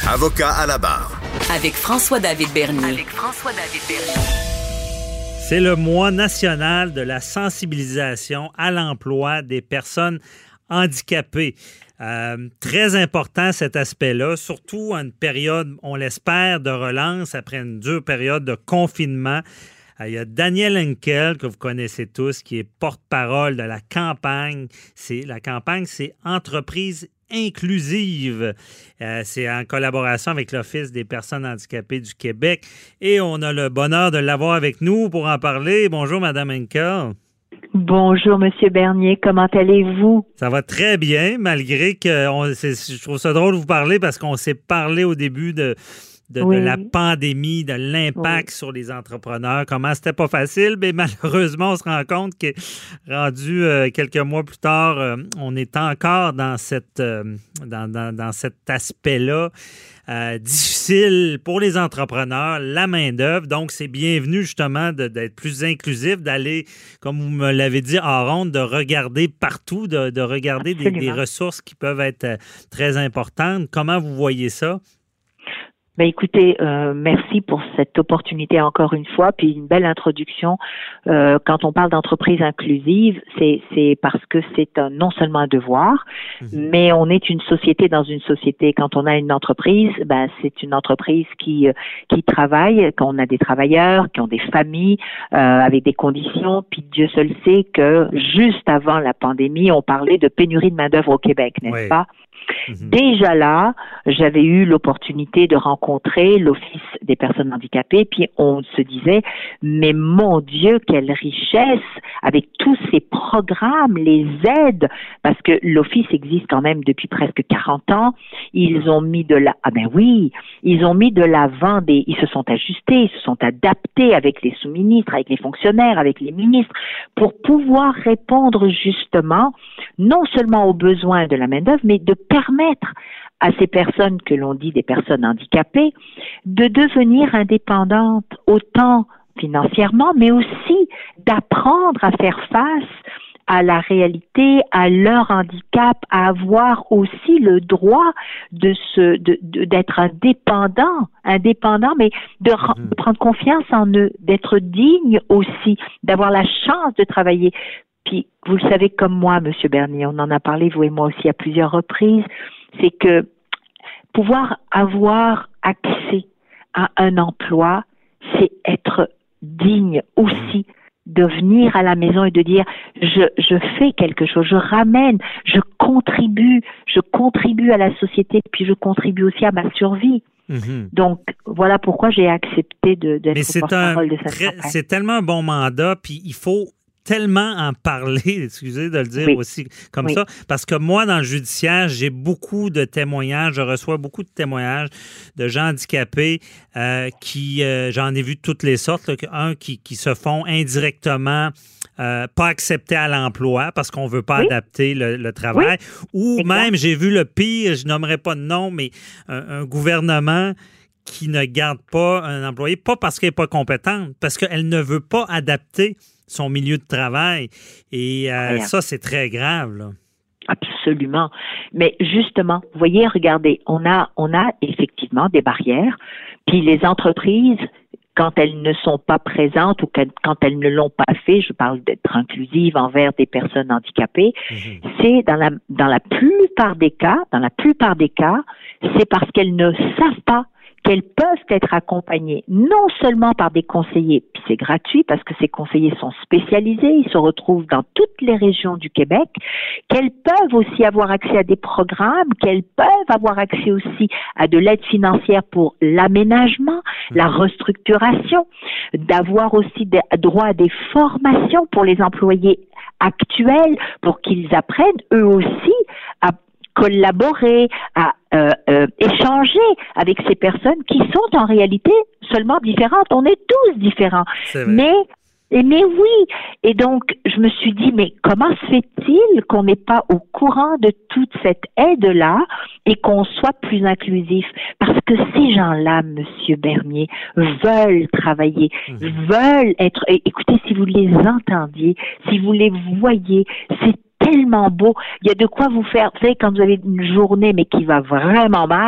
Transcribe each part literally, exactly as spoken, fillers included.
Avocat à la barre. Avec François-David Bernier. Avec François-David Bernier. C'est le mois national de la sensibilisation à l'emploi des personnes handicapées. Euh, très important cet aspect-là, surtout en une période, on l'espère, de relance après une dure période de confinement. Euh, il y a Daniel Henkel, que vous connaissez tous, qui est porte-parole de la campagne. C'est, la campagne, c'est Entreprise inclusive. Euh, c'est en collaboration avec l'Office des personnes handicapées du Québec. Et on a le bonheur de l'avoir avec nous pour en parler. Bonjour, Madame Henkel. Bonjour, Monsieur Bernier. Comment allez-vous? Ça va très bien, malgré que on, c'est, je trouve ça drôle de vous parler parce qu'on s'est parlé au début de, de, oui. de la pandémie, de l'impact oui. sur les entrepreneurs, comment c'était pas facile, mais malheureusement, on se rend compte que rendu euh, quelques mois plus tard, euh, on est encore dans cette euh, dans, dans, dans cet aspect-là. Euh, difficile pour les entrepreneurs, la main-d'œuvre. Donc, c'est bienvenu justement de, d'être plus inclusif, d'aller, comme vous me l'avez dit en ronde, de regarder partout, de, de regarder des, des ressources qui peuvent être euh, très importantes. Comment vous voyez ça? Ben écoutez, euh, merci pour cette opportunité encore une fois, puis une belle introduction. Euh, quand on parle d'entreprise inclusive, c'est c'est parce que c'est un, non seulement un devoir, mmh. mais on est une société dans une société. Quand on a une entreprise, ben c'est une entreprise qui qui travaille, quand on a des travailleurs, qui ont des familles euh, avec des conditions. Puis Dieu seul sait que juste avant la pandémie, on parlait de pénurie de main d'œuvre au Québec, n'est-ce oui. pas? Mm-hmm. Déjà là, j'avais eu l'opportunité de rencontrer l'Office des personnes handicapées, puis on se disait, mais mon Dieu, quelle richesse avec tous ces programmes, les aides, parce que l'Office existe quand même depuis presque quarante ans. Ils ont mis de la, ah ben oui, ils ont mis de l'avant des, ils se sont ajustés, ils se sont adaptés avec les sous-ministres, avec les fonctionnaires, avec les ministres, pour pouvoir répondre justement, non seulement aux besoins de la main-d'œuvre, mais de permettre à ces personnes que l'on dit des personnes handicapées de devenir indépendantes, autant financièrement, mais aussi d'apprendre à faire face à la réalité, à leur handicap, à avoir aussi le droit de se, de, de, d'être indépendant, indépendant, mais de, mmh. de prendre confiance en eux, d'être digne aussi, d'avoir la chance de travailler. Puis, vous le savez comme moi, Monsieur Bernier, on en a parlé, vous et moi aussi, à plusieurs reprises, c'est que pouvoir avoir accès à un emploi, c'est être digne aussi de venir à la maison et de dire je, je fais quelque chose, je ramène, je contribue, je contribue à la société, puis je contribue aussi à ma survie. Mm-hmm. Donc, voilà pourquoi j'ai accepté de, d'être Mais c'est porte-parole un, de cette très, campagne. C'est tellement un bon mandat, puis il faut tellement en parler, excusez de le dire oui. aussi comme oui. ça, parce que moi, dans le judiciaire, j'ai beaucoup de témoignages, je reçois beaucoup de témoignages de gens handicapés euh, qui, euh, j'en ai vu de toutes les sortes, là, un qui, qui se font indirectement euh, pas accepter à l'emploi parce qu'on veut pas oui. adapter le, le travail, oui. ou exact. Même, j'ai vu le pire, je nommerai pas de nom, mais un, un gouvernement qui ne garde pas un employé, pas parce qu'elle n'est pas compétente, parce qu'elle ne veut pas adapter son milieu de travail. Et euh, ça, c'est très grave, là. Absolument. Mais justement, vous voyez, regardez, on a, on a effectivement des barrières, puis les entreprises, quand elles ne sont pas présentes ou quand elles ne l'ont pas fait, je parle d'être inclusive envers des personnes handicapées, mmh. c'est dans la, dans la plupart des cas, dans la plupart des cas, c'est parce qu'elles ne savent pas qu'elles peuvent être accompagnées non seulement par des conseillers, puis c'est gratuit parce que ces conseillers sont spécialisés, ils se retrouvent dans toutes les régions du Québec, qu'elles peuvent aussi avoir accès à des programmes, qu'elles peuvent avoir accès aussi à de l'aide financière pour l'aménagement, la restructuration, d'avoir aussi des, droit à des formations pour les employés actuels pour qu'ils apprennent eux aussi à collaborer, à euh, euh, échanger avec ces personnes qui sont en réalité seulement différentes. On est tous différents. Mais, mais oui. Et donc, je me suis dit, mais comment se fait-il qu'on n'est pas au courant de toute cette aide-là et qu'on soit plus inclusif? Parce que ces gens-là, Monsieur Bernier, veulent travailler, mmh. veulent être... Écoutez, si vous les entendiez, si vous les voyez, c'est tellement beau. Il y a de quoi vous faire, vous savez, quand vous avez une journée mais qui va vraiment mal,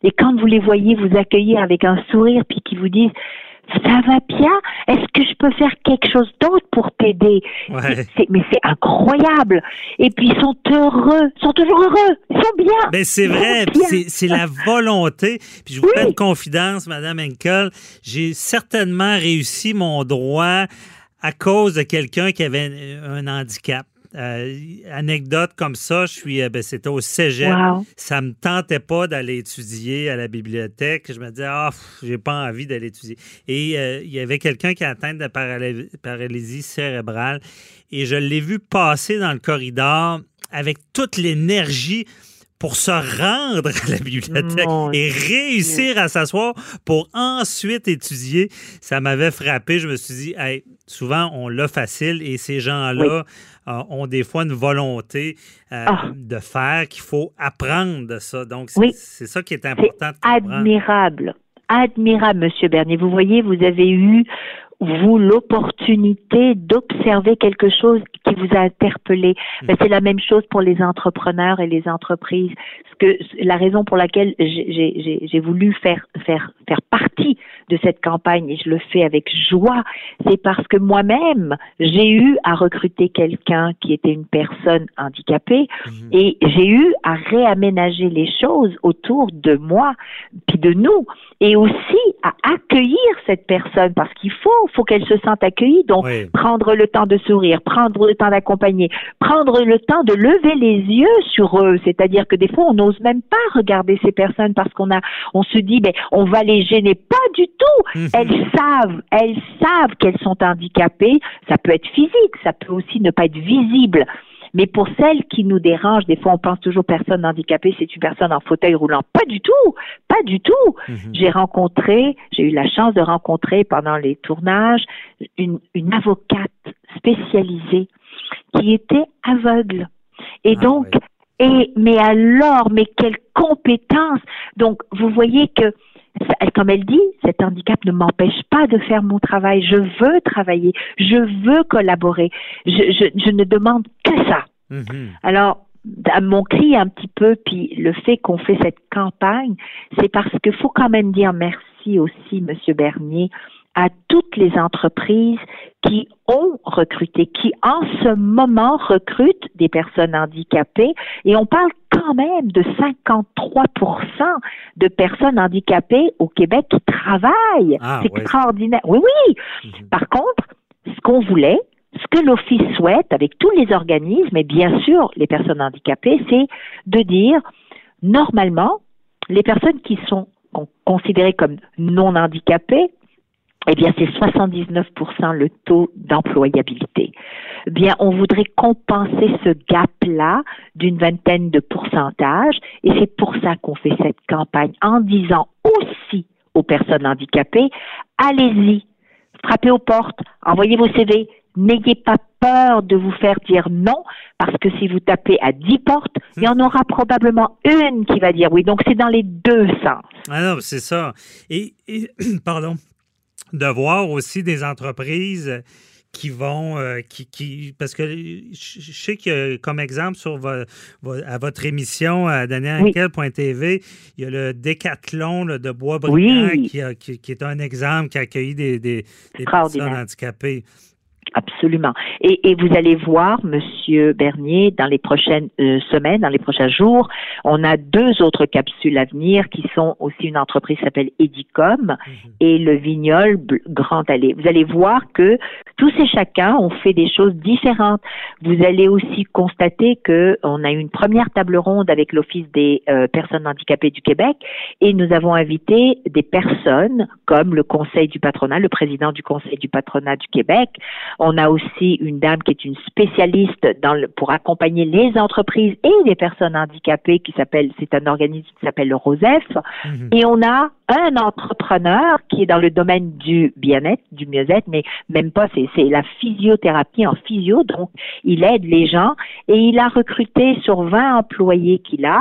Et quand vous les voyez vous accueillir avec un sourire, puis qui vous disent « ça va bien? Est-ce que je peux faire quelque chose d'autre pour t'aider? Ouais. » c'est, c'est, Mais c'est incroyable. Et puis ils sont heureux, ils sont toujours heureux, ils sont bien. Ben c'est vrai, c'est, c'est la volonté. Puis je vous oui. fais une confidence, Madame Henkel, j'ai certainement réussi mon droit à cause de quelqu'un qui avait un handicap. Euh, anecdote comme ça, je suis, ben, c'était au cégep. Wow. Ça me tentait pas d'aller étudier à la bibliothèque. Je me disais, ah, oh, j'ai pas envie d'aller étudier. Et euh, il y avait quelqu'un qui est atteint de paralé- paralysie cérébrale et je l'ai vu passer dans le corridor avec toute l'énergie pour se rendre à la bibliothèque Mon et réussir Dieu. à s'asseoir pour ensuite étudier. Ça m'avait frappé. Je me suis dit, hey, souvent, on l'a facile et ces gens-là oui. euh, ont des fois une volonté euh, oh. de faire qu'il faut apprendre de ça. Donc, c'est, oui. c'est ça qui est important c'est de comprendre. Admirable. Admirable, M. Bernier. Vous voyez, vous avez eu vous l'opportunité d'observer quelque chose qui vous a interpellé. Mmh. Ben, c'est la même chose pour les entrepreneurs et les entreprises. Parce que la raison pour laquelle j'ai, j'ai, j'ai voulu faire, faire, faire partie de cette campagne, et je le fais avec joie, c'est parce que moi-même, j'ai eu à recruter quelqu'un qui était une personne handicapée mmh. et j'ai eu à réaménager les choses autour de moi, puis de nous, et aussi à accueillir cette personne parce qu'il faut faut qu'elle se sente accueillie. Donc, oui. prendre le temps de sourire, prendre le temps d'accompagner, prendre le temps de lever les yeux sur eux. C'est-à-dire que des fois, on n'ose même pas regarder ces personnes parce qu'on a, on se dit, ben, on va les gêner. Pas du tout. Mm-hmm. Elles savent, elles savent qu'elles sont handicapées. Ça peut être physique, ça peut aussi ne pas être visible. Mais pour celles qui nous dérangent, des fois on pense toujours personne handicapée, c'est une personne en fauteuil roulant. Pas du tout, pas du tout. Mm-hmm. J'ai rencontré, j'ai eu la chance de rencontrer pendant les tournages une, une avocate spécialisée qui était aveugle. Et ah, donc, ouais. et mais alors, mais quelle compétence. Donc, vous voyez que comme elle dit, cet handicap ne m'empêche pas de faire mon travail. Je veux travailler, je veux collaborer. Je, je, je ne demande que ça. Mm-hmm. Alors, mon cri un petit peu, puis le fait qu'on fait cette campagne, c'est parce qu'il faut quand même dire merci aussi, Monsieur Bernier, à toutes les entreprises qui ont recruté, qui en ce moment recrutent des personnes handicapées, et on parle quand même de cinquante-trois pour cent de personnes handicapées au Québec qui travaillent. Ah, c'est ouais. extraordinaire. Oui, oui. Mm-hmm. Par contre, ce qu'on voulait, ce que l'Office souhaite avec tous les organismes, et bien sûr les personnes handicapées, c'est de dire, normalement, les personnes qui sont considérées comme non handicapées, eh bien, c'est soixante-dix-neuf pour cent le taux d'employabilité. Eh bien, on voudrait compenser ce gap-là d'une vingtaine de pourcentages, et c'est pour ça qu'on fait cette campagne en disant aussi aux personnes handicapées, allez-y, frappez aux portes, envoyez vos C V, n'ayez pas peur de vous faire dire non, parce que si vous tapez à dix portes, il y en aura probablement une qui va dire oui. Donc, c'est dans les deux sens. Ah non, c'est ça. Et, et pardon. De voir aussi des entreprises qui vont, euh, qui, qui, parce que je sais que comme exemple sur vo, vo, à votre émission à daniel henkel point t v, il y a le Décathlon là, de Boisbriand oui. qui, a, qui, qui est un exemple qui a accueilli des, des, des personnes handicapées. Absolument. Et, et vous allez voir, Monsieur Bernier, dans les prochaines euh, semaines, dans les prochains jours, on a deux autres capsules à venir qui sont aussi une entreprise qui s'appelle Edicom mm-hmm. et le Vignol Grand Allée. Vous allez voir que tous et chacun ont fait des choses différentes. Vous allez aussi constater que on a eu une première table ronde avec l'Office des euh, personnes handicapées du Québec et nous avons invité des personnes comme le Conseil du patronat, le président du Conseil du patronat du Québec. On a aussi une dame qui est une spécialiste dans le, pour accompagner les entreprises et les personnes handicapées qui s'appelle, c'est un organisme qui s'appelle le ROSEF. Mm-hmm. Et on a un entrepreneur qui est dans le domaine du bien-être, du mieux-être, mais même pas, c'est, c'est la physiothérapie en physio. Donc, il aide les gens et il a recruté sur vingt employés qu'il a.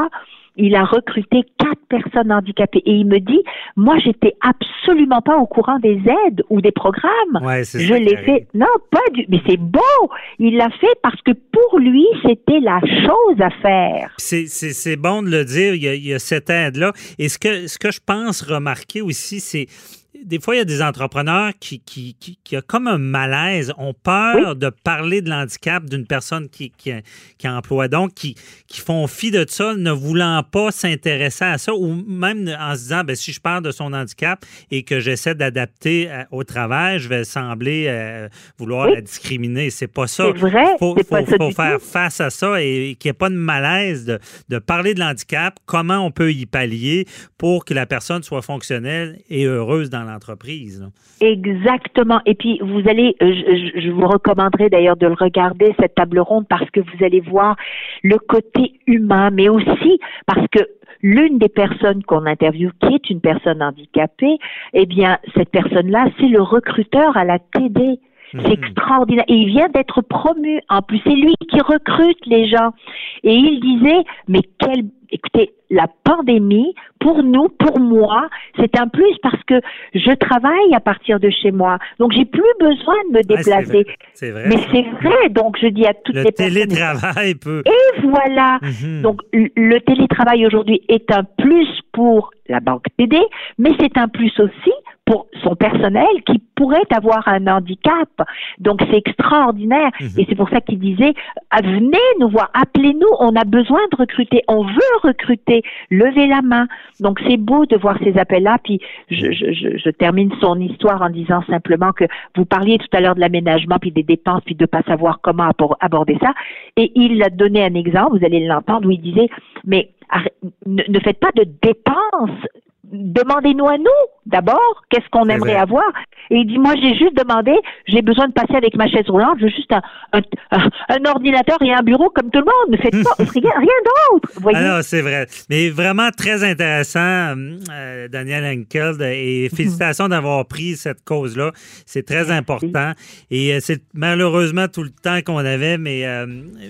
il a recruté quatre personnes handicapées. Et il me dit, moi, j'étais absolument pas au courant des aides ou des programmes. Ouais, c'est Je ça l'ai fait. Non, pas du, mais c'est beau. Il l'a fait parce que pour lui, c'était la chose à faire. C'est, c'est, c'est bon de le dire. Il y a, il y a cette aide-là. Et ce que, ce que je pense remarquer aussi, c'est des fois, il y a des entrepreneurs qui, qui, qui, qui ont comme un malaise, ont peur oui. de parler de l'handicap d'une personne qui, qui, qui emploie, donc qui, qui font fi de ça, ne voulant pas s'intéresser à ça, ou même en se disant, ben, si je parle de son handicap et que j'essaie d'adapter à, au travail, je vais sembler euh, vouloir oui. la discriminer. C'est pas ça. C'est vrai. Il faut, c'est faut, pas ça faut du faire tout. face à ça et, et qu'il n'y ait pas de malaise de, de parler de l'handicap, comment on peut y pallier pour que la personne soit fonctionnelle et heureuse dans l'entreprise. Là. Exactement. Et puis, vous allez, je, je vous recommanderais d'ailleurs de le regarder, cette table ronde, parce que vous allez voir le côté humain, mais aussi parce que l'une des personnes qu'on interviewe, qui est une personne handicapée, eh bien, cette personne-là, c'est le recruteur à la T D. C'est mmh. extraordinaire. Et il vient d'être promu. En plus, c'est lui qui recrute les gens. Et il disait, mais quel, écoutez, la pandémie, pour nous, pour moi, c'est un plus parce que je travaille à partir de chez moi. Donc, j'ai plus besoin de me déplacer. Ah, c'est vrai. C'est vrai. Mais c'est vrai. Donc, je dis à toutes le les personnes. Le télétravail peut. Et voilà. Mmh. Donc, le télétravail aujourd'hui est un plus pour la banque T D, mais c'est un plus aussi pour son personnel qui pourrait avoir un handicap. Donc, c'est extraordinaire. Mmh. Et c'est pour ça qu'il disait, venez nous voir, appelez-nous, on a besoin de recruter, on veut recruter, levez la main. Donc, c'est beau de voir ces appels-là. Puis, je, je, je, je termine son histoire en disant simplement que vous parliez tout à l'heure de l'aménagement, puis des dépenses, puis de ne pas savoir comment aborder ça. Et il a donné un exemple, vous allez l'entendre, où il disait, mais ne, ne faites pas de dépenses. Demandez-nous à nous, d'abord, qu'est-ce qu'on c'est aimerait vrai. avoir. Et il dit, moi, j'ai juste demandé, j'ai besoin de passer avec ma chaise roulante, je veux juste un, un, un, un ordinateur et un bureau comme tout le monde. Ne faites pas rien, rien d'autre. Voyez? Alors, c'est vrai. Mais vraiment très intéressant, euh, Danielle Henkel, et félicitations mm-hmm. d'avoir pris cette cause-là. C'est très merci. important. Et euh, c'est malheureusement tout le temps qu'on avait, mais euh,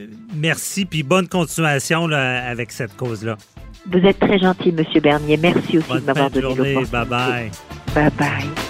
merci, puis bonne continuation là, avec cette cause-là. Vous êtes très gentil, M. Bernier. Merci aussi bonne de m'avoir donné l'opportunité. Bye bye. Bye bye.